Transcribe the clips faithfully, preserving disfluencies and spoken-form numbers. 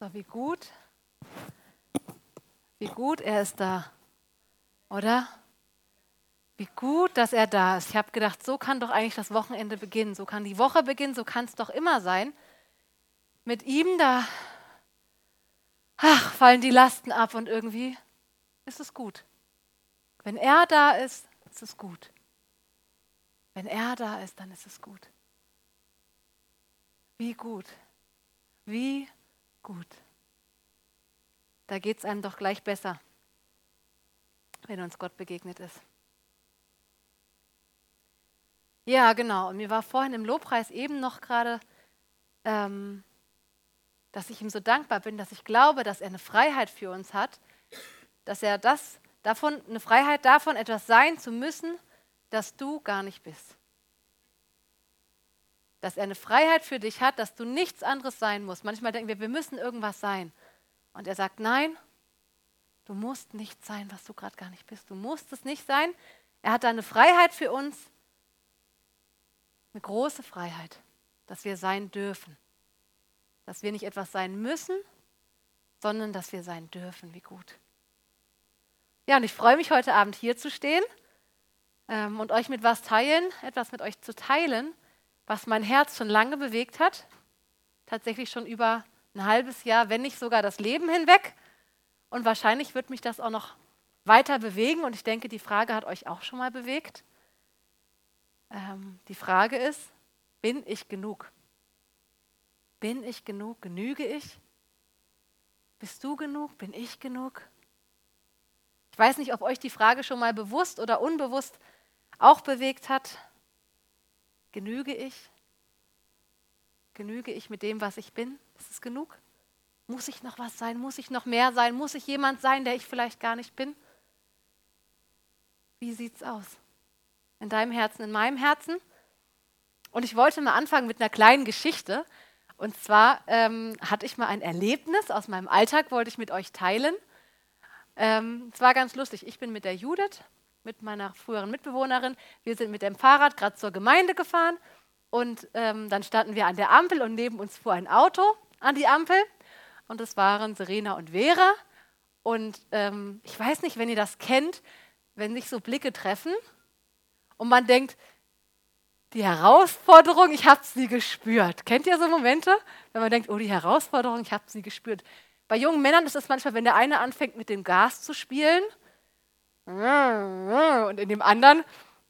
So, wie gut, wie gut er ist da, oder? Wie gut, dass er da ist. Ich habe gedacht, so kann doch eigentlich das Wochenende beginnen, so kann die Woche beginnen, so kann es doch immer sein. Mit ihm da, ach, fallen die Lasten ab und irgendwie ist es gut. Wenn er da ist, ist es gut. Wenn er da ist, dann ist es gut. Wie gut, wie gut. Da geht es einem doch gleich besser, wenn uns Gott begegnet ist. Ja, genau. Und mir war vorhin im Lobpreis eben noch gerade, ähm, dass ich ihm so dankbar bin, dass ich glaube, dass er eine Freiheit für uns hat, dass er das davon, eine Freiheit davon, etwas sein zu müssen, das du gar nicht bist. Dass er eine Freiheit für dich hat, dass du nichts anderes sein musst. Manchmal denken wir, wir müssen irgendwas sein. Und er sagt, nein, du musst nicht sein, was du gerade gar nicht bist. Du musst es nicht sein. Er hat da eine Freiheit für uns, eine große Freiheit, dass wir sein dürfen. Dass wir nicht etwas sein müssen, sondern dass wir sein dürfen. Wie gut. Ja, und ich freue mich, heute Abend hier zu stehen ähm, und euch mit was teilen, etwas mit euch zu teilen, was mein Herz schon lange bewegt hat. Tatsächlich schon über ein halbes Jahr, wenn nicht sogar das Leben hinweg. Und wahrscheinlich wird mich das auch noch weiter bewegen. Und ich denke, die Frage hat euch auch schon mal bewegt. Ähm, die Frage ist, bin ich genug? Bin ich genug? Genüge ich? Bist du genug? Bin ich genug? Ich weiß nicht, ob euch die Frage schon mal bewusst oder unbewusst auch bewegt hat. Genüge ich? Genüge ich mit dem, was ich bin? Ist es genug? Muss ich noch was sein? Muss ich noch mehr sein? Muss ich jemand sein, der ich vielleicht gar nicht bin? Wie sieht's aus? In deinem Herzen, in meinem Herzen? Und ich wollte mal anfangen mit einer kleinen Geschichte. Und zwar ähm, hatte ich mal ein Erlebnis aus meinem Alltag, wollte ich mit euch teilen. Ähm, es war ganz lustig. Ich bin mit der Judith, mit meiner früheren Mitbewohnerin, wir sind mit dem Fahrrad gerade zur Gemeinde gefahren und ähm, dann standen wir an der Ampel und neben uns fuhr ein Auto an die Ampel und es waren Serena und Vera und ähm, ich weiß nicht, wenn ihr das kennt, wenn sich so Blicke treffen und man denkt, die Herausforderung, ich habe sie gespürt. Kennt ihr so Momente, wenn man denkt, oh, die Herausforderung, ich habe sie gespürt. Bei jungen Männern ist es manchmal, wenn der eine anfängt mit dem Gas zu spielen und in dem anderen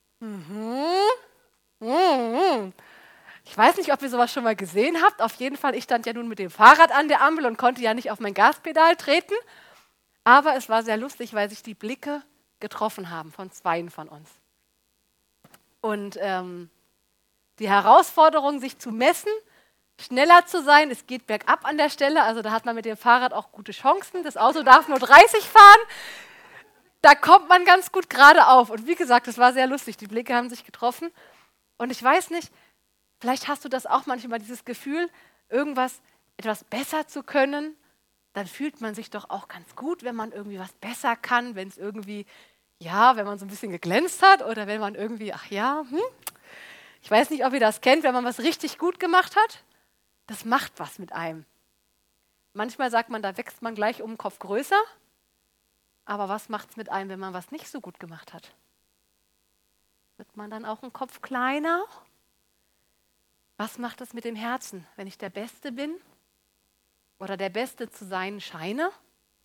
ich weiß nicht, ob ihr sowas schon mal gesehen habt. Auf jeden Fall, ich stand ja nun mit dem Fahrrad an der Ampel und konnte ja nicht auf mein Gaspedal treten. Aber es war sehr lustig, weil sich die Blicke getroffen haben von zweien von uns. Und ähm, die Herausforderung, sich zu messen, schneller zu sein, es geht bergab an der Stelle, also da hat man mit dem Fahrrad auch gute Chancen. Das Auto darf nur dreißig fahren, da kommt man ganz gut gerade auf. Und wie gesagt, es war sehr lustig, die Blicke haben sich getroffen. Und ich weiß nicht, vielleicht hast du das auch manchmal, dieses Gefühl, irgendwas, etwas besser zu können, dann fühlt man sich doch auch ganz gut, wenn man irgendwie was besser kann, wenn es irgendwie, ja, wenn man so ein bisschen geglänzt hat oder wenn man irgendwie, ach ja, hm. Ich weiß nicht, ob ihr das kennt, wenn man was richtig gut gemacht hat. Das macht was mit einem. Manchmal sagt man, da wächst man gleich um den Kopf größer. Aber was macht es mit einem, wenn man was nicht so gut gemacht hat? Wird man dann auch ein Kopf kleiner? Was macht es mit dem Herzen, wenn ich der Beste bin oder der Beste zu sein scheine?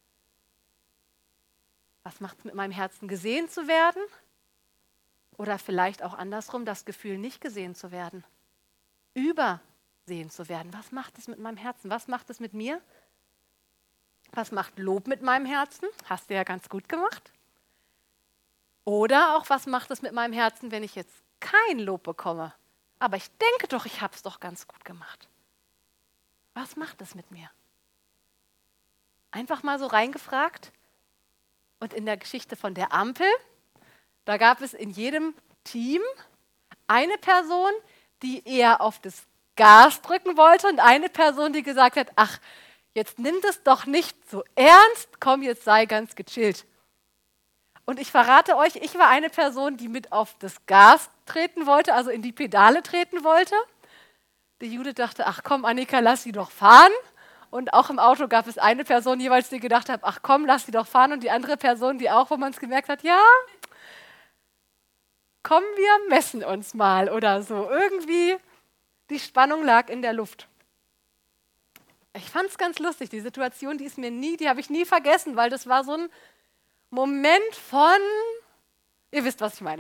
Was macht es mit meinem Herzen, gesehen zu werden? Oder vielleicht auch andersrum, das Gefühl, nicht gesehen zu werden? Übersehen zu werden. Was macht es mit meinem Herzen? Was macht es mit mir? Was macht Lob mit meinem Herzen? Hast du ja ganz gut gemacht. Oder auch, was macht es mit meinem Herzen, wenn ich jetzt kein Lob bekomme? Aber ich denke doch, ich habe es doch ganz gut gemacht. Was macht es mit mir? Einfach mal so reingefragt. Und in der Geschichte von der Ampel, da gab es in jedem Team eine Person, die eher auf das Gas drücken wollte und eine Person, die gesagt hat, ach, jetzt nimm das doch nicht so ernst, komm, jetzt sei ganz gechillt. Und ich verrate euch, ich war eine Person, die mit auf das Gas treten wollte, also in die Pedale treten wollte. Die Judith dachte, ach komm, Annika, lass sie doch fahren. Und auch im Auto gab es eine Person jeweils, die gedacht hat, ach komm, lass sie doch fahren. Und die andere Person, die auch, wo man es gemerkt hat, ja, komm, wir messen uns mal oder so. Irgendwie, die Spannung lag in der Luft. Ich fand es ganz lustig, die Situation, die ist mir nie, die habe ich nie vergessen, weil das war so ein Moment von, ihr wisst, was ich meine.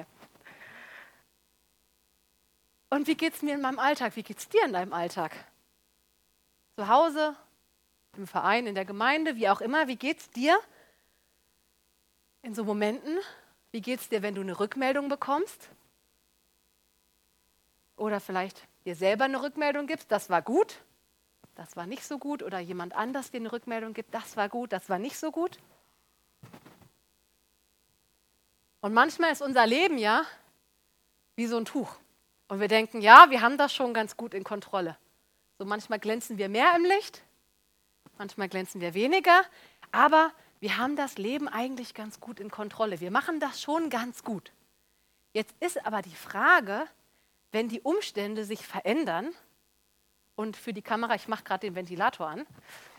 Und wie geht es mir in meinem Alltag? Wie geht es dir in deinem Alltag? Zu Hause, im Verein, in der Gemeinde, wie auch immer. Wie geht es dir in so Momenten? Wie geht es dir, wenn du eine Rückmeldung bekommst? Oder vielleicht dir selber eine Rückmeldung gibst, das war gut, das war nicht so gut. Oder jemand anders dir eine Rückmeldung gibt, das war gut, das war nicht so gut. Und manchmal ist unser Leben ja wie so ein Tuch. Und wir denken, ja, wir haben das schon ganz gut in Kontrolle. So manchmal glänzen wir mehr im Licht, manchmal glänzen wir weniger, aber wir haben das Leben eigentlich ganz gut in Kontrolle. Wir machen das schon ganz gut. Jetzt ist aber die Frage, wenn die Umstände sich verändern, und für die Kamera, ich mache gerade den Ventilator an,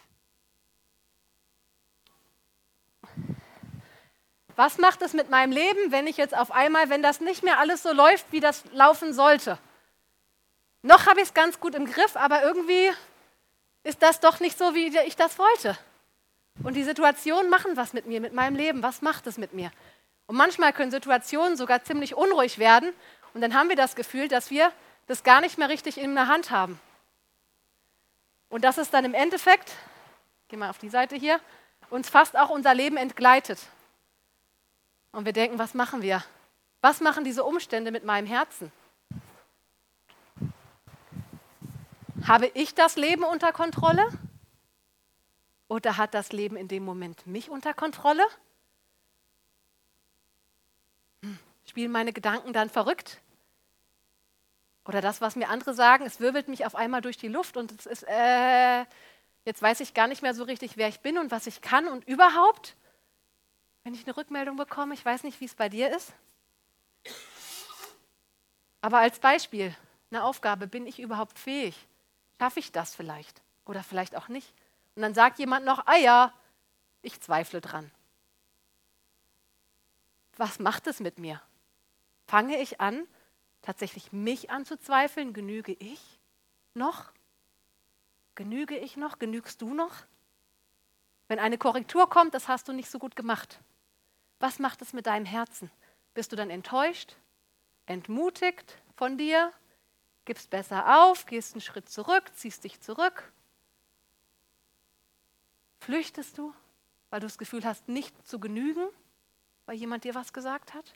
was macht es mit meinem Leben, wenn ich jetzt auf einmal, wenn das nicht mehr alles so läuft, wie das laufen sollte? Noch habe ich es ganz gut im Griff, aber irgendwie ist das doch nicht so, wie ich das wollte. Und die Situationen machen was mit mir, mit meinem Leben. Was macht es mit mir? Und manchmal können Situationen sogar ziemlich unruhig werden. Und dann haben wir das Gefühl, dass wir das gar nicht mehr richtig in der Hand haben. Und dass es dann im Endeffekt, geh mal auf die Seite hier, uns fast auch unser Leben entgleitet. Und wir denken, was machen wir? Was machen diese Umstände mit meinem Herzen? Habe ich das Leben unter Kontrolle? Oder hat das Leben in dem Moment mich unter Kontrolle? Hm. Spielen meine Gedanken dann verrückt? Oder das, was mir andere sagen, es wirbelt mich auf einmal durch die Luft und es ist, äh, jetzt weiß ich gar nicht mehr so richtig, wer ich bin und was ich kann und überhaupt, wenn ich eine Rückmeldung bekomme, ich weiß nicht, wie es bei dir ist. Aber als Beispiel, eine Aufgabe, bin ich überhaupt fähig? Schaffe ich das vielleicht? Oder vielleicht auch nicht? Und dann sagt jemand noch, ah ja, ich zweifle dran. Was macht es mit mir? Fange ich an, tatsächlich mich anzuzweifeln? Genüge ich noch? Genüge ich noch? Genügst du noch? Wenn eine Korrektur kommt, das hast du nicht so gut gemacht. Was macht es mit deinem Herzen? Bist du dann enttäuscht, entmutigt von dir? Gibst besser auf, gehst einen Schritt zurück, ziehst dich zurück? Flüchtest du, weil du das Gefühl hast, nicht zu genügen, weil jemand dir was gesagt hat?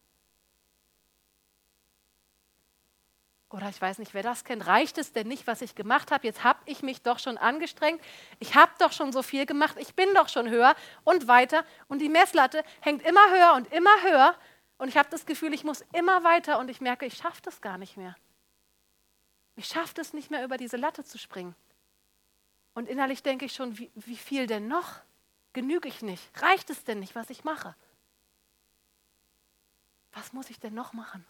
Oder ich weiß nicht, wer das kennt. Reicht es denn nicht, was ich gemacht habe? Jetzt habe ich mich doch schon angestrengt. Ich habe doch schon so viel gemacht. Ich bin doch schon höher und weiter. Und die Messlatte hängt immer höher und immer höher. Und ich habe das Gefühl, ich muss immer weiter. Und ich merke, ich schaffe das gar nicht mehr. Ich schaffe es nicht mehr, über diese Latte zu springen. Und innerlich denke ich schon, wie, wie viel denn noch? Genüge ich nicht? Reicht es denn nicht, was ich mache? Was muss ich denn noch machen?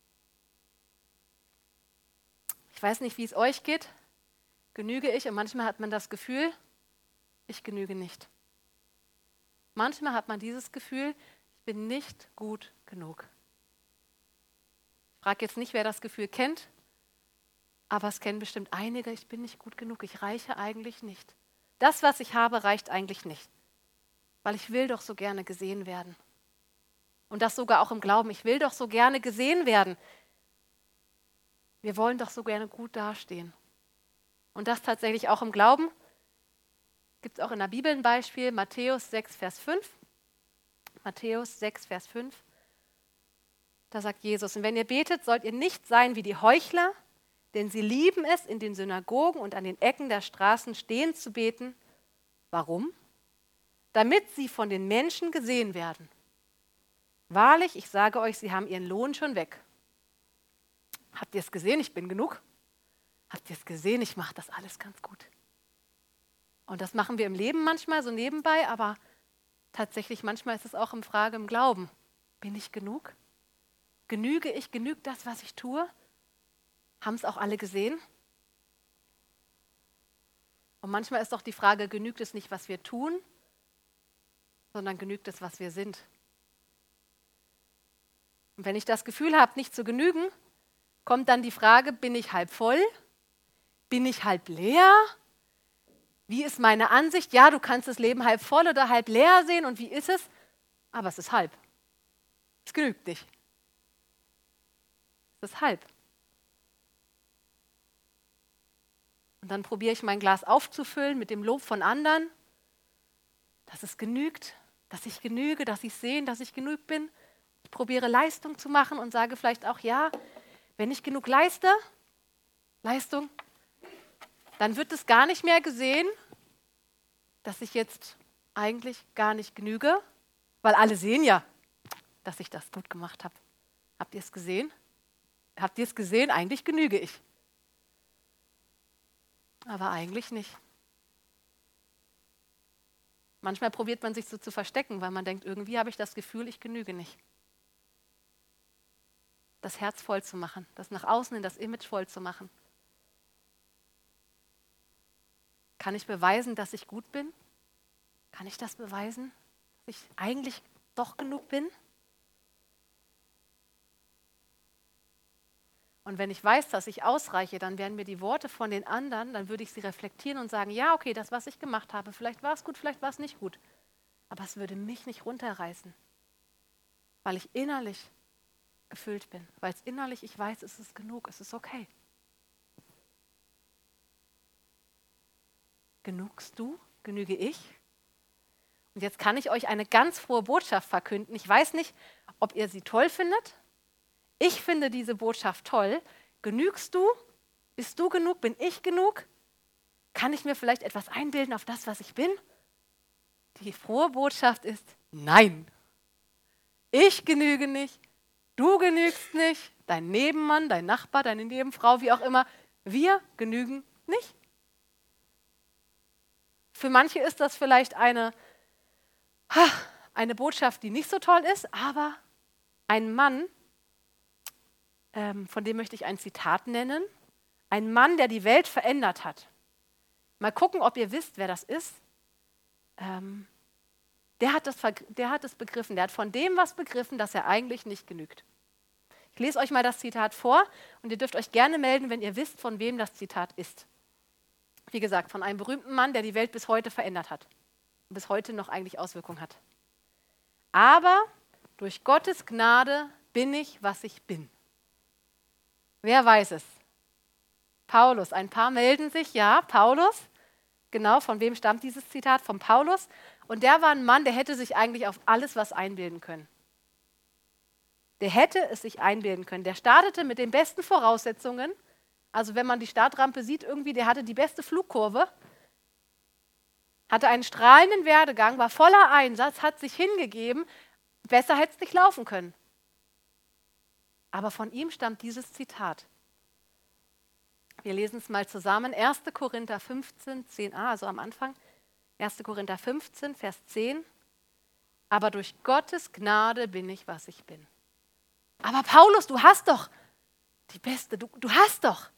Ich weiß nicht, wie es euch geht. Genüge ich? Und manchmal hat man das Gefühl, ich genüge nicht. Manchmal hat man dieses Gefühl, ich bin nicht gut genug. Ich frage jetzt nicht, wer das Gefühl kennt, aber es kennen bestimmt einige, ich bin nicht gut genug, ich reiche eigentlich nicht. Das, was ich habe, reicht eigentlich nicht, weil ich will doch so gerne gesehen werden. Und das sogar auch im Glauben, ich will doch so gerne gesehen werden. Wir wollen doch so gerne gut dastehen. Und das tatsächlich auch im Glauben. Gibt es auch in der Bibel ein Beispiel, Matthäus sechs, Vers fünf. Matthäus sechs, Vers fünf. Da sagt Jesus, und wenn ihr betet, sollt ihr nicht sein wie die Heuchler, denn sie lieben es, in den Synagogen und an den Ecken der Straßen stehen zu beten. Warum? Damit sie von den Menschen gesehen werden. Wahrlich, ich sage euch, sie haben ihren Lohn schon weg. Habt ihr es gesehen? Ich bin genug. Habt ihr es gesehen? Ich mache das alles ganz gut. Und das machen wir im Leben manchmal so nebenbei, aber tatsächlich manchmal ist es auch eine Frage im Glauben. Bin ich genug? Genüge ich? Genügt das, was ich tue? Haben es auch alle gesehen? Und manchmal ist doch die Frage, genügt es nicht, was wir tun, sondern genügt es, was wir sind. Und wenn ich das Gefühl habe, nicht zu genügen, kommt dann die Frage, bin ich halb voll? Bin ich halb leer? Wie ist meine Ansicht? Ja, du kannst das Leben halb voll oder halb leer sehen. Und wie ist es? Aber es ist halb. Es genügt nicht. Es ist halb. Und dann probiere ich mein Glas aufzufüllen mit dem Lob von anderen, dass es genügt, dass ich genüge, dass ich sehe, dass ich genug bin. Ich probiere Leistung zu machen und sage vielleicht auch, ja, wenn ich genug leiste, Leistung, dann wird es gar nicht mehr gesehen, dass ich jetzt eigentlich gar nicht genüge, weil alle sehen ja, dass ich das gut gemacht habe. Habt ihr es gesehen? Habt ihr es gesehen? Eigentlich genüge ich. Aber eigentlich nicht. Manchmal probiert man sich so zu verstecken, weil man denkt, irgendwie habe ich das Gefühl, ich genüge nicht. Das Herz voll zu machen, das nach außen in das Image voll zu machen. Kann ich beweisen, dass ich gut bin? Kann ich das beweisen, dass ich eigentlich doch genug bin? Und wenn ich weiß, dass ich ausreiche, dann werden mir die Worte von den anderen, dann würde ich sie reflektieren und sagen, ja, okay, das, was ich gemacht habe, vielleicht war es gut, vielleicht war es nicht gut. Aber es würde mich nicht runterreißen, weil ich innerlich gefüllt bin, weil es innerlich, ich weiß, es ist genug, es ist okay. Genugst du? Genüge ich? Und jetzt kann ich euch eine ganz frohe Botschaft verkünden. Ich weiß nicht, ob ihr sie toll findet. Ich finde diese Botschaft toll. Genügst du? Bist du genug? Bin ich genug? Kann ich mir vielleicht etwas einbilden auf das, was ich bin? Die frohe Botschaft ist, nein. Ich genüge nicht. Du genügst nicht. Dein Nebenmann, dein Nachbar, deine Nebenfrau, wie auch immer. Wir genügen nicht. Für manche ist das vielleicht eine, eine Botschaft, die nicht so toll ist, aber ein Mann, ähm, von dem möchte ich ein Zitat nennen, ein Mann, der die Welt verändert hat. Mal gucken, ob ihr wisst, wer das ist. Ähm, der hat das, der hat es begriffen, der hat von dem was begriffen, dass er eigentlich nicht genügt. Ich lese euch mal das Zitat vor und ihr dürft euch gerne melden, wenn ihr wisst, von wem das Zitat ist. Wie gesagt, von einem berühmten Mann, der die Welt bis heute verändert hat und bis heute noch eigentlich Auswirkungen hat. Aber durch Gottes Gnade bin ich, was ich bin. Wer weiß es? Paulus. Ein paar melden sich, ja, Paulus. Genau, von wem stammt dieses Zitat? Von Paulus. Und der war ein Mann, der hätte sich eigentlich auf alles was einbilden können. Der hätte es sich einbilden können. Der startete mit den besten Voraussetzungen. Also wenn man die Startrampe sieht, irgendwie, der hatte die beste Flugkurve, hatte einen strahlenden Werdegang, war voller Einsatz, hat sich hingegeben, besser hätte es nicht laufen können. Aber von ihm stammt dieses Zitat. Wir lesen es mal zusammen, erster Korinther fünfzehn, zehn a, also am Anfang, erster Korinther fünfzehn, Vers zehn. Aber durch Gottes Gnade bin ich, was ich bin. Aber Paulus, du hast doch die Beste, du, du hast doch.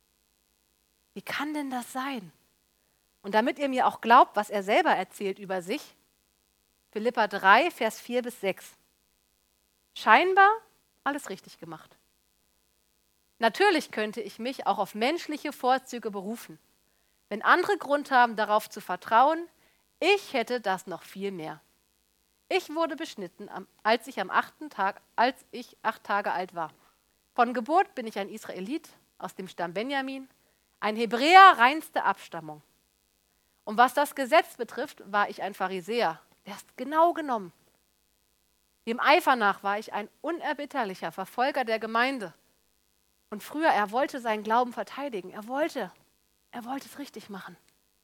Wie kann denn das sein? Und damit ihr mir auch glaubt, was er selber erzählt über sich, Philipper drei, Vers vier bis sechs. Scheinbar alles richtig gemacht. Natürlich könnte ich mich auch auf menschliche Vorzüge berufen. Wenn andere Grund haben, darauf zu vertrauen, ich hätte das noch viel mehr. Ich wurde beschnitten, als ich am achten Tag, als ich acht Tage alt war. Von Geburt bin ich ein Israelit aus dem Stamm Benjamin, ein Hebräer reinste Abstammung. Und was das Gesetz betrifft, war ich ein Pharisäer. Der ist genau genommen. Dem Eifer nach war ich ein unerbitterlicher Verfolger der Gemeinde. Und früher, er wollte seinen Glauben verteidigen. Er wollte, er wollte es richtig machen.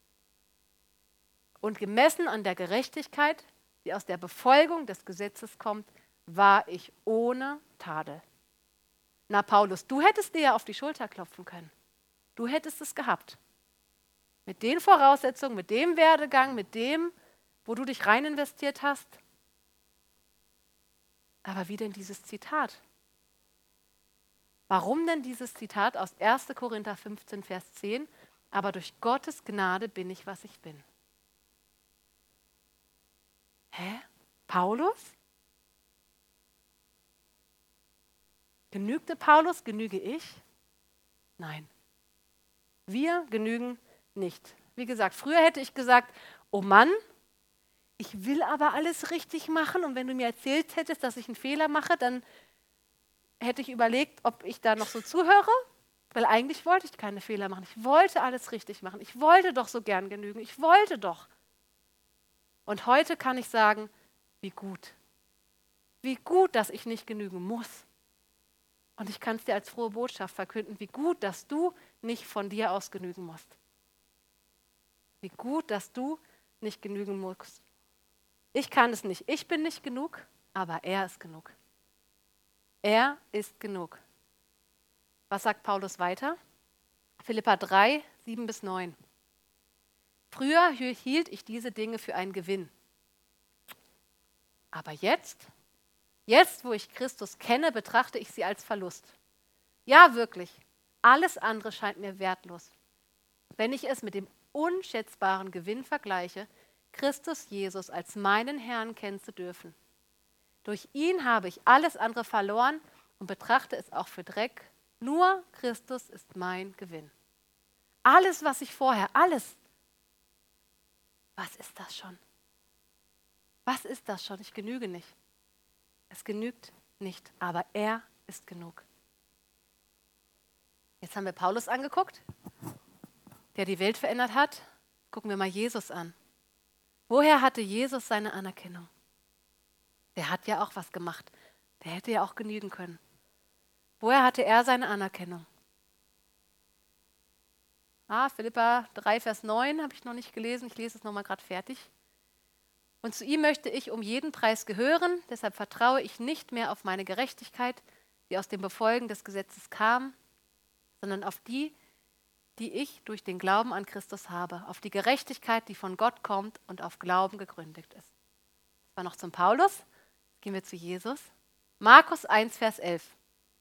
Und gemessen an der Gerechtigkeit, die aus der Befolgung des Gesetzes kommt, war ich ohne Tadel. Na Paulus, du hättest dir ja auf die Schulter klopfen können. Du hättest es gehabt. Mit den Voraussetzungen, mit dem Werdegang, mit dem, wo du dich rein investiert hast. Aber wie denn dieses Zitat? Warum denn dieses Zitat aus erster Korinther fünfzehn, Vers zehn? aber durch Gottes Gnade bin ich, was ich bin. Hä? Paulus? Genügte Paulus? Genüge ich? Nein. Wir genügen nicht. Wie gesagt, früher hätte ich gesagt, oh Mann, ich will aber alles richtig machen und wenn du mir erzählt hättest, dass ich einen Fehler mache, dann hätte ich überlegt, ob ich da noch so zuhöre, weil eigentlich wollte ich keine Fehler machen. Ich wollte alles richtig machen. Ich wollte doch so gern genügen. Ich wollte doch. Und heute kann ich sagen, wie gut. Wie gut, dass ich nicht genügen muss. Und ich kann es dir als frohe Botschaft verkünden, wie gut, dass du nicht von dir aus genügen musst. Wie gut, dass du nicht genügen musst. Ich kann es nicht. Ich bin nicht genug, aber er ist genug. Er ist genug. Was sagt Paulus weiter? Philipper drei, sieben bis neun. Früher hielt ich diese Dinge für einen Gewinn. Aber jetzt, jetzt, wo ich Christus kenne, betrachte ich sie als Verlust. Ja, wirklich. Alles andere scheint mir wertlos. Wenn ich es mit dem unschätzbaren Gewinn vergleiche, Christus Jesus als meinen Herrn kennen zu dürfen. Durch ihn habe ich alles andere verloren und betrachte es auch für Dreck. Nur Christus ist mein Gewinn. Alles, was ich vorher, alles. Was ist das schon? Was ist das schon? Ich genüge nicht. Es genügt nicht, aber er ist genug. Jetzt haben wir Paulus angeguckt, der die Welt verändert hat. Gucken wir mal Jesus an. Woher hatte Jesus seine Anerkennung? Der hat ja auch was gemacht. Der hätte ja auch genügen können. Woher hatte er seine Anerkennung? Ah, Philipper drei, Vers neun habe ich noch nicht gelesen. Ich lese es nochmal gerade fertig. Und zu ihm möchte ich um jeden Preis gehören, deshalb vertraue ich nicht mehr auf meine Gerechtigkeit, die aus dem Befolgen des Gesetzes kam, sondern auf die, die ich durch den Glauben an Christus habe, auf die Gerechtigkeit, die von Gott kommt und auf Glauben gegründet ist. Das war noch zum Paulus. Jetzt gehen wir zu Jesus. Markus eins, Vers elf.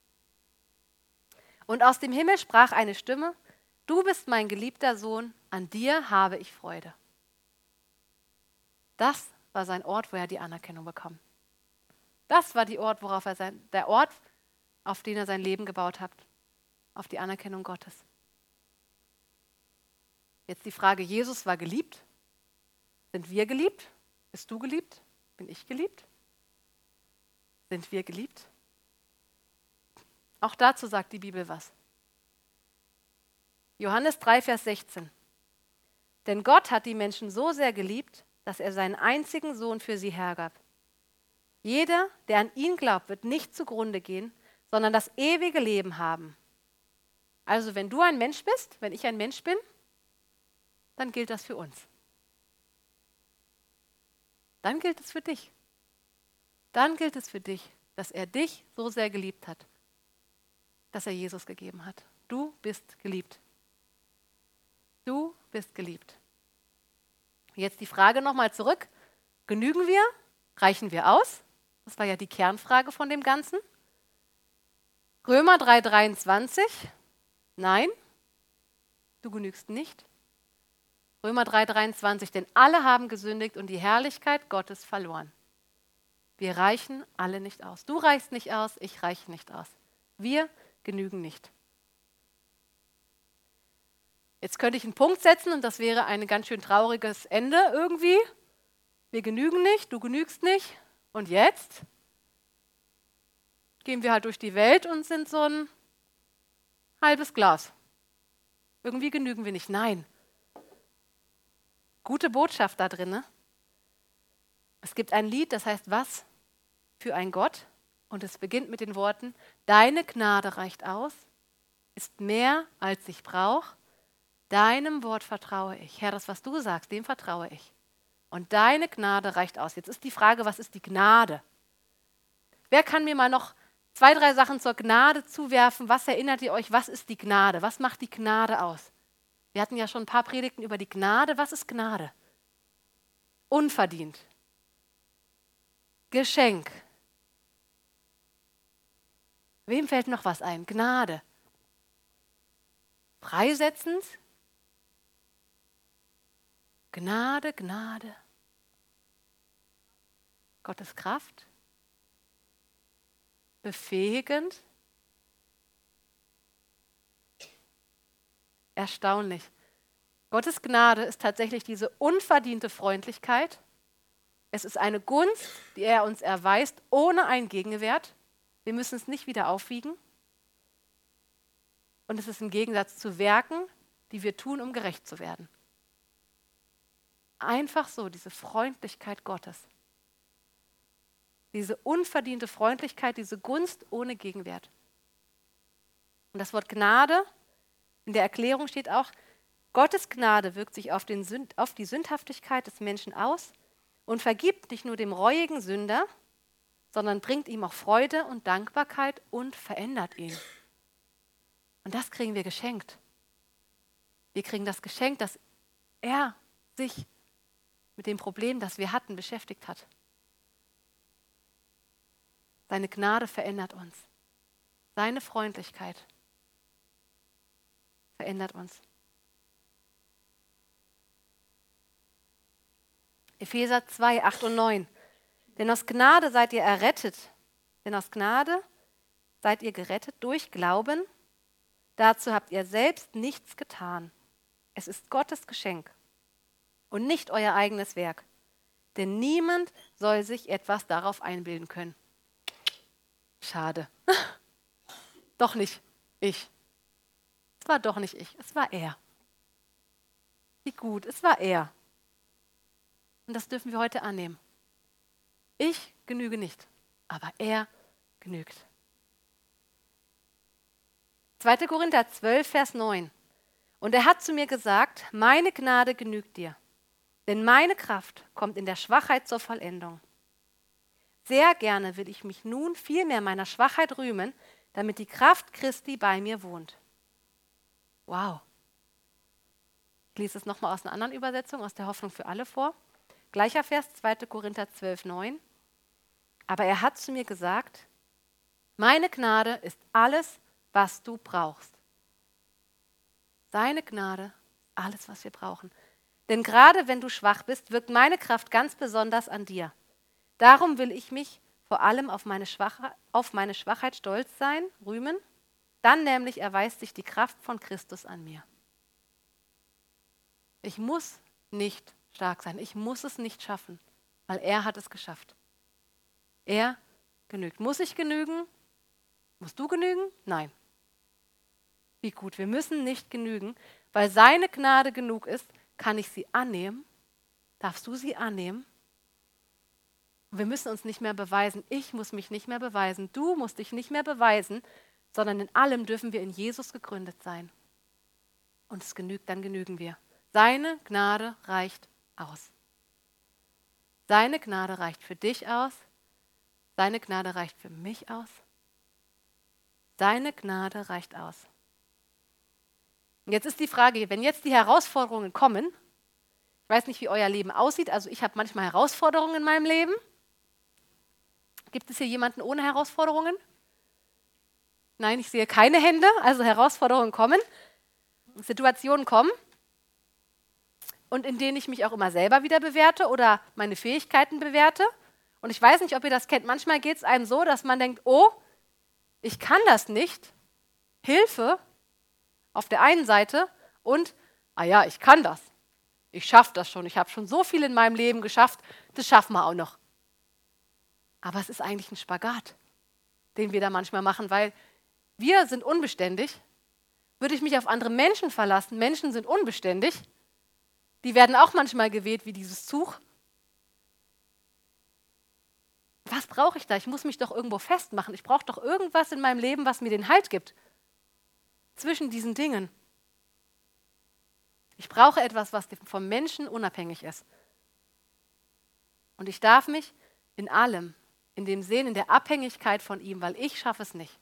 Und aus dem Himmel sprach eine Stimme: Du bist mein geliebter Sohn, an dir habe ich Freude. Das war sein Ort, wo er die Anerkennung bekam. Das war die Ort, worauf er sein, der Ort, auf den er sein Leben gebaut hat, auf die Anerkennung Gottes. Jetzt die Frage, Jesus war geliebt. Sind wir geliebt? Bist du geliebt? Bin ich geliebt? Sind wir geliebt? Auch dazu sagt die Bibel was. Johannes drei, Vers sechzehn. Denn Gott hat die Menschen so sehr geliebt, dass er seinen einzigen Sohn für sie hergab. Jeder, der an ihn glaubt, wird nicht zugrunde gehen, sondern das ewige Leben haben. Also wenn du ein Mensch bist, wenn ich ein Mensch bin, dann gilt das für uns. Dann gilt es für dich. Dann gilt es für dich, dass er dich so sehr geliebt hat, dass er Jesus gegeben hat. Du bist geliebt. Du bist geliebt. Jetzt die Frage nochmal zurück. Genügen wir? Reichen wir aus? Das war ja die Kernfrage von dem Ganzen. Römer drei, dreiundzwanzig. Nein, du genügst nicht. Römer drei, dreiundzwanzig. Denn alle haben gesündigt und die Herrlichkeit Gottes verloren. Wir reichen alle nicht aus. Du reichst nicht aus, ich reiche nicht aus. Wir genügen nicht. Jetzt könnte ich einen Punkt setzen und das wäre ein ganz schön trauriges Ende irgendwie. Wir genügen nicht, du genügst nicht. Und jetzt gehen wir halt durch die Welt und sind so ein halbes Glas. Irgendwie genügen wir nicht. Nein. Gute Botschaft da drin. Ne? Es gibt ein Lied, das heißt Was für ein Gott? Und es beginnt mit den Worten: Deine Gnade reicht aus, ist mehr als ich brauche. Deinem Wort vertraue ich. Herr, das, was du sagst, dem vertraue ich. Und deine Gnade reicht aus. Jetzt ist die Frage, was ist die Gnade? Wer kann mir mal noch zwei, drei Sachen zur Gnade zuwerfen? Was erinnert ihr euch? Was ist die Gnade? Was macht die Gnade aus? Wir hatten ja schon ein paar Predigten über die Gnade. Was ist Gnade? Unverdient. Geschenk. Wem fällt noch was ein? Gnade. Freisetzend. Gnade, Gnade. Gottes Kraft. Befähigend. Erstaunlich. Gottes Gnade ist tatsächlich diese unverdiente Freundlichkeit. Es ist eine Gunst, die er uns erweist, ohne einen Gegenwert. Wir müssen es nicht wieder aufwiegen. Und es ist im Gegensatz zu Werken, die wir tun, um gerecht zu werden. Einfach so, diese Freundlichkeit Gottes. Diese unverdiente Freundlichkeit, diese Gunst ohne Gegenwert. Und das Wort Gnade, in der Erklärung steht auch, Gottes Gnade wirkt sich auf, den Sünd, auf die Sündhaftigkeit des Menschen aus und vergibt nicht nur dem reuigen Sünder, sondern bringt ihm auch Freude und Dankbarkeit und verändert ihn. Und das kriegen wir geschenkt. Wir kriegen das geschenkt, dass er sich mit dem Problem, das wir hatten, beschäftigt hat. Seine Gnade verändert uns. Seine Freundlichkeit verändert uns. Epheser zwei, acht und neun. Denn aus Gnade seid ihr errettet. Denn aus Gnade seid ihr gerettet durch Glauben. Dazu habt ihr selbst nichts getan. Es ist Gottes Geschenk und nicht euer eigenes Werk. Denn niemand soll sich etwas darauf einbilden können. Schade. Doch nicht ich. Es war doch nicht ich, es war er. Wie gut, es war er. Und das dürfen wir heute annehmen. Ich genüge nicht, aber er genügt. zweiter Korinther zwölf, Vers neun. Und er hat zu mir gesagt, meine Gnade genügt dir, denn meine Kraft kommt in der Schwachheit zur Vollendung. Sehr gerne will ich mich nun vielmehr meiner Schwachheit rühmen, damit die Kraft Christi bei mir wohnt. Wow. Ich lese es nochmal aus einer anderen Übersetzung, aus der Hoffnung für alle vor. Gleicher Vers, zweiter Korinther zwölf, neun. Aber er hat zu mir gesagt, meine Gnade ist alles, was du brauchst. Seine Gnade, alles, was wir brauchen. Denn gerade wenn du schwach bist, wirkt meine Kraft ganz besonders an dir. Darum will ich mich vor allem auf meine, Schwach- auf meine Schwachheit stolz sein, rühmen. Dann nämlich erweist sich die Kraft von Christus an mir. Ich muss nicht stark sein. Ich muss es nicht schaffen, weil er hat es geschafft. Er genügt. Muss ich genügen? Musst du genügen? Nein. Wie gut, wir müssen nicht genügen, weil seine Gnade genug ist, kann ich sie annehmen. Darfst du sie annehmen? Und wir müssen uns nicht mehr beweisen. Ich muss mich nicht mehr beweisen. Du musst dich nicht mehr beweisen, sondern in allem dürfen wir in Jesus gegründet sein. Und es genügt, dann genügen wir. Seine Gnade reicht aus. Seine Gnade reicht für dich aus. Seine Gnade reicht für mich aus. Seine Gnade reicht aus. Und jetzt ist die Frage, wenn jetzt die Herausforderungen kommen, ich weiß nicht, wie euer Leben aussieht, also ich habe manchmal Herausforderungen in meinem Leben. Gibt es hier jemanden ohne Herausforderungen? Nein, ich sehe keine Hände, also Herausforderungen kommen, Situationen kommen und in denen ich mich auch immer selber wieder bewerte oder meine Fähigkeiten bewerte. Und ich weiß nicht, ob ihr das kennt, manchmal geht es einem so, dass man denkt, oh, ich kann das nicht, Hilfe auf der einen Seite und, ah ja, ich kann das, ich schaffe das schon, ich habe schon so viel in meinem Leben geschafft, das schaffen wir auch noch. Aber es ist eigentlich ein Spagat, den wir da manchmal machen, weil wir sind unbeständig. Würde ich mich auf andere Menschen verlassen, Menschen sind unbeständig, die werden auch manchmal geweht wie dieses Tuch. Was brauche ich da? Ich muss mich doch irgendwo festmachen. Ich brauche doch irgendwas in meinem Leben, was mir den Halt gibt. Zwischen diesen Dingen. Ich brauche etwas, was vom Menschen unabhängig ist. Und ich darf mich in allem, in dem Sehen, in der Abhängigkeit von ihm, weil ich schaffe es nicht.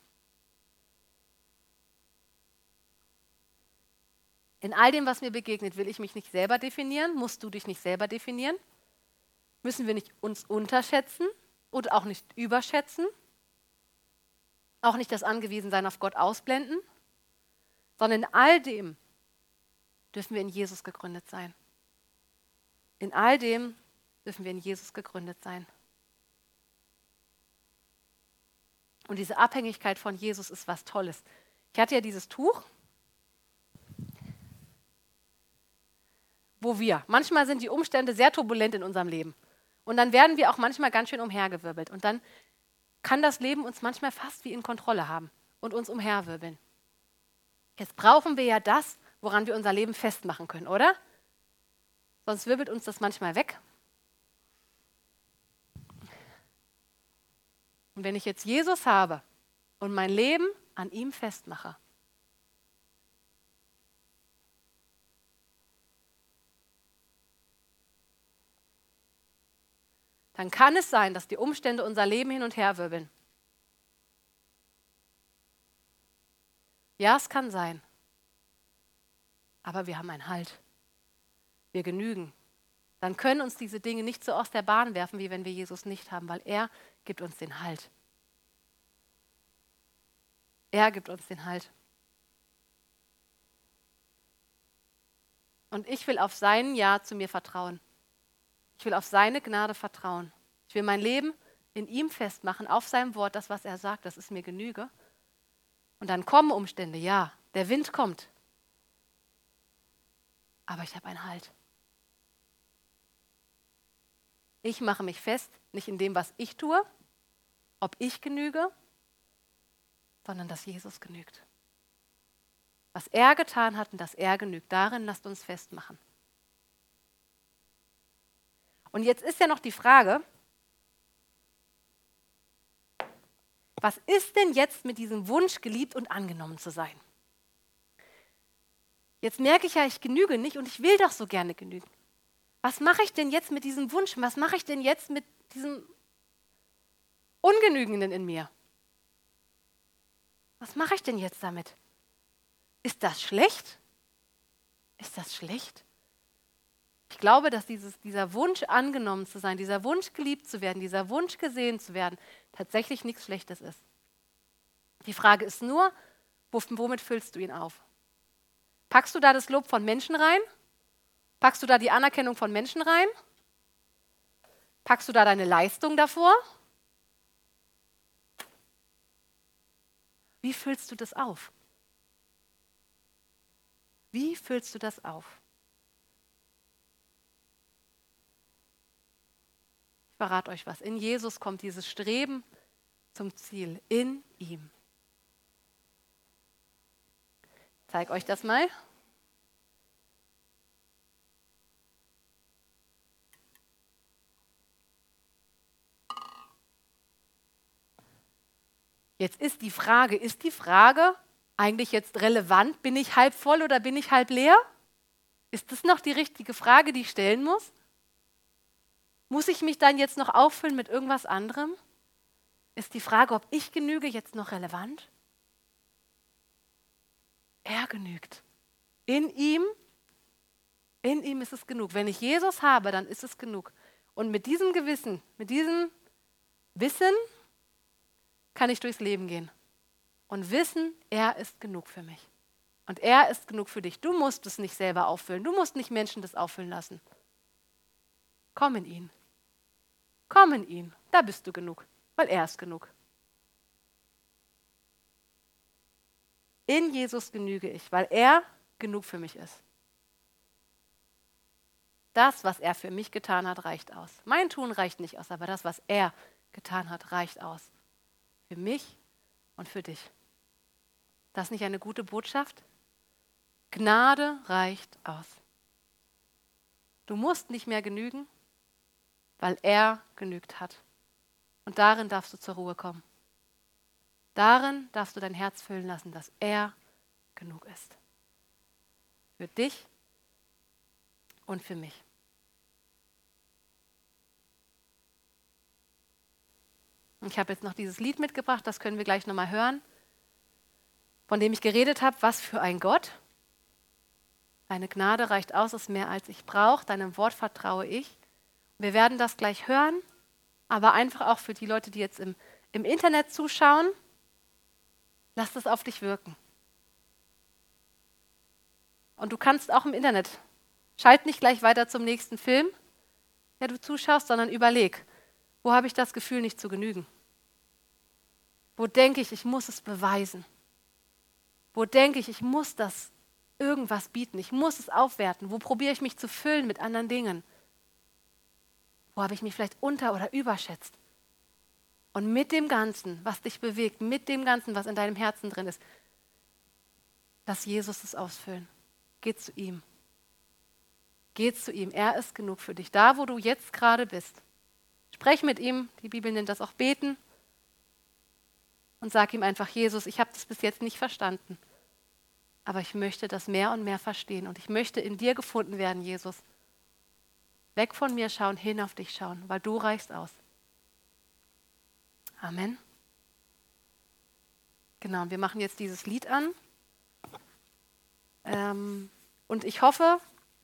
In all dem, was mir begegnet, will ich mich nicht selber definieren, musst du dich nicht selber definieren, müssen wir nicht uns unterschätzen und auch nicht überschätzen, auch nicht das Angewiesensein auf Gott ausblenden, sondern in all dem dürfen wir in Jesus gegründet sein. In all dem dürfen wir in Jesus gegründet sein. Und diese Abhängigkeit von Jesus ist was Tolles. Ich hatte ja dieses Tuch, wo wir, manchmal sind die Umstände sehr turbulent in unserem Leben. Und dann werden wir auch manchmal ganz schön umhergewirbelt. Und dann kann das Leben uns manchmal fast wie in Kontrolle haben und uns umherwirbeln. Jetzt brauchen wir ja das, woran wir unser Leben festmachen können, oder? Sonst wirbelt uns das manchmal weg. Und wenn ich jetzt Jesus habe und mein Leben an ihm festmache, dann kann es sein, dass die Umstände unser Leben hin und her wirbeln. Ja, es kann sein. Aber wir haben einen Halt. Wir genügen. Dann können uns diese Dinge nicht so aus der Bahn werfen, wie wenn wir Jesus nicht haben, weil er gibt uns den Halt. Er gibt uns den Halt. Und ich will auf sein Ja zu mir vertrauen. Ich will auf seine Gnade vertrauen. Ich will mein Leben in ihm festmachen, auf seinem Wort, das, was er sagt, das ist mir Genüge. Und dann kommen Umstände, ja, der Wind kommt. Aber ich habe einen Halt. Ich mache mich fest, nicht in dem, was ich tue, ob ich genüge, sondern dass Jesus genügt. Was er getan hat und dass er genügt, darin lasst uns festmachen. Und jetzt ist ja noch die Frage, was ist denn jetzt mit diesem Wunsch, geliebt und angenommen zu sein? Jetzt merke ich ja, ich genüge nicht und ich will doch so gerne genügen. Was mache ich denn jetzt mit diesem Wunsch? Was mache ich denn jetzt mit diesem Ungenügenden in mir? Was mache ich denn jetzt damit? Ist das schlecht? Ist das schlecht? Ich glaube, dass dieses, dieser Wunsch, angenommen zu sein, dieser Wunsch, geliebt zu werden, dieser Wunsch, gesehen zu werden, tatsächlich nichts Schlechtes ist. Die Frage ist nur, womit füllst du ihn auf? Packst du da das Lob von Menschen rein? Packst du da die Anerkennung von Menschen rein? Packst du da deine Leistung davor? Wie füllst du das auf? Wie füllst du das auf? Ich verrate euch was. In Jesus kommt dieses Streben zum Ziel. In ihm. Ich zeige euch das mal. Jetzt ist die Frage, ist die Frage eigentlich jetzt relevant? Bin ich halb voll oder bin ich halb leer? Ist das noch die richtige Frage, die ich stellen muss? Muss ich mich dann jetzt noch auffüllen mit irgendwas anderem? Ist die Frage, ob ich genüge, jetzt noch relevant? Er genügt. In ihm, in ihm ist es genug. Wenn ich Jesus habe, dann ist es genug. Und mit diesem Gewissen, mit diesem Wissen kann ich durchs Leben gehen und wissen, er ist genug für mich. Und er ist genug für dich. Du musst es nicht selber auffüllen. Du musst nicht Menschen das auffüllen lassen. Komm in ihn. Komm in ihn. Da bist du genug, weil er ist genug. In Jesus genüge ich, weil er genug für mich ist. Das, was er für mich getan hat, reicht aus. Mein Tun reicht nicht aus, aber das, was er getan hat, reicht aus. Für mich und für dich. Das ist nicht eine gute Botschaft? Gnade reicht aus. Du musst nicht mehr genügen, weil er genügt hat. Und darin darfst du zur Ruhe kommen. Darin darfst du dein Herz füllen lassen, dass er genug ist. Für dich und für mich. Ich habe jetzt noch dieses Lied mitgebracht, das können wir gleich nochmal hören, von dem ich geredet habe. Was für ein Gott. Deine Gnade reicht aus, ist mehr als ich brauche. Deinem Wort vertraue ich. Wir werden das gleich hören, aber einfach auch für die Leute, die jetzt im, im Internet zuschauen, lass das auf dich wirken. Und du kannst auch im Internet, schalt nicht gleich weiter zum nächsten Film, der du zuschaust, sondern überleg, wo habe ich das Gefühl, nicht zu genügen? Wo denke ich, ich muss es beweisen? Wo denke ich, ich muss das irgendwas bieten? Ich muss es aufwerten? Wo probiere ich mich zu füllen mit anderen Dingen? Wo habe ich mich vielleicht unter- oder überschätzt? Und mit dem Ganzen, was dich bewegt, mit dem Ganzen, was in deinem Herzen drin ist, lass Jesus es ausfüllen. Geh zu ihm. Geh zu ihm. Er ist genug für dich. Da, wo du jetzt gerade bist. Sprech mit ihm. Die Bibel nennt das auch beten. Und sag ihm einfach, Jesus, ich habe das bis jetzt nicht verstanden. Aber ich möchte das mehr und mehr verstehen. Und ich möchte in dir gefunden werden, Jesus. Weg von mir schauen, hin auf dich schauen, weil du reichst aus. Amen. Genau, wir machen jetzt dieses Lied an. Ähm, und ich hoffe,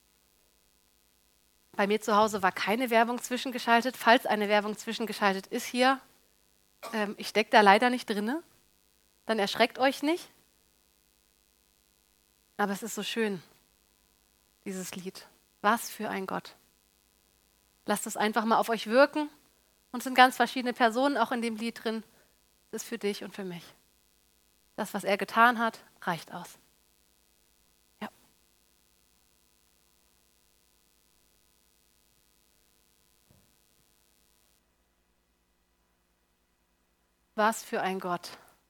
bei mir zu Hause war keine Werbung zwischengeschaltet. Falls eine Werbung zwischengeschaltet ist hier, ähm, ich stecke da leider nicht drinne. Dann erschreckt euch nicht. Aber es ist so schön, dieses Lied. Was für ein Gott. Lasst es einfach mal auf euch wirken. Und es sind ganz verschiedene Personen auch in dem Lied drin. Es ist für dich und für mich. Das, was er getan hat, reicht aus. Ja. Was für ein Gott.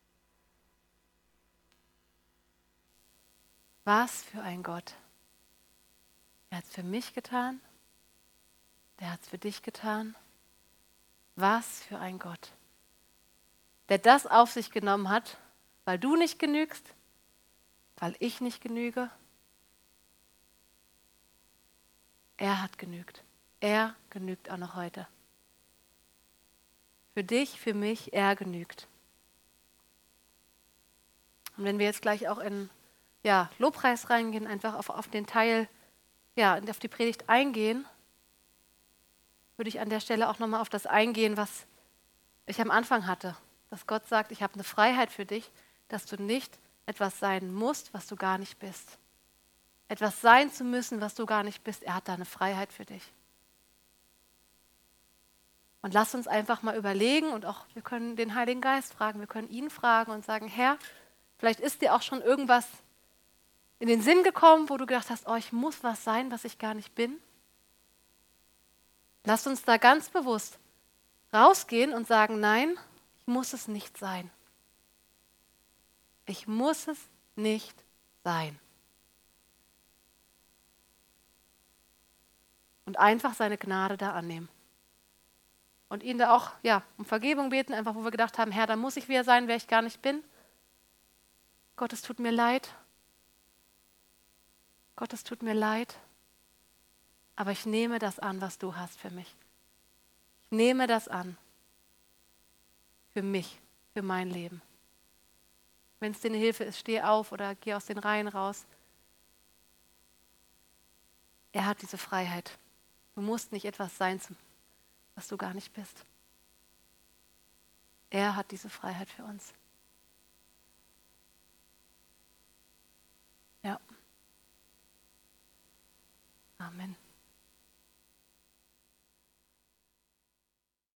Was für ein Gott. Er hat es für mich getan. Der hat es für dich getan. Was für ein Gott. Der das auf sich genommen hat, weil du nicht genügst, weil ich nicht genüge. Er hat genügt. Er genügt auch noch heute. Für dich, für mich, er genügt. Und wenn wir jetzt gleich auch in ja, Lobpreis reingehen, einfach auf, auf den Teil, ja, auf die Predigt eingehen, würde ich an der Stelle auch nochmal auf das eingehen, was ich am Anfang hatte. Dass Gott sagt, ich habe eine Freiheit für dich, dass du nicht etwas sein musst, was du gar nicht bist. Etwas sein zu müssen, was du gar nicht bist. Er hat da eine Freiheit für dich. Und lass uns einfach mal überlegen und auch, wir können den Heiligen Geist fragen, wir können ihn fragen und sagen, Herr, vielleicht ist dir auch schon irgendwas in den Sinn gekommen, wo du gedacht hast, oh, ich muss was sein, was ich gar nicht bin. Lass uns da ganz bewusst rausgehen und sagen, nein, ich muss es nicht sein. Ich muss es nicht sein. Und einfach seine Gnade da annehmen. Und ihn da auch ja, um Vergebung beten, einfach wo wir gedacht haben, Herr, da muss ich wieder sein, wer ich gar nicht bin. Gott, es tut mir leid. Gott, es tut mir leid. Aber ich nehme das an, was du hast für mich. Ich nehme das an. Für mich, für mein Leben. Wenn es dir eine Hilfe ist, steh auf oder geh aus den Reihen raus. Er hat diese Freiheit. Du musst nicht etwas sein, was du gar nicht bist. Er hat diese Freiheit für uns.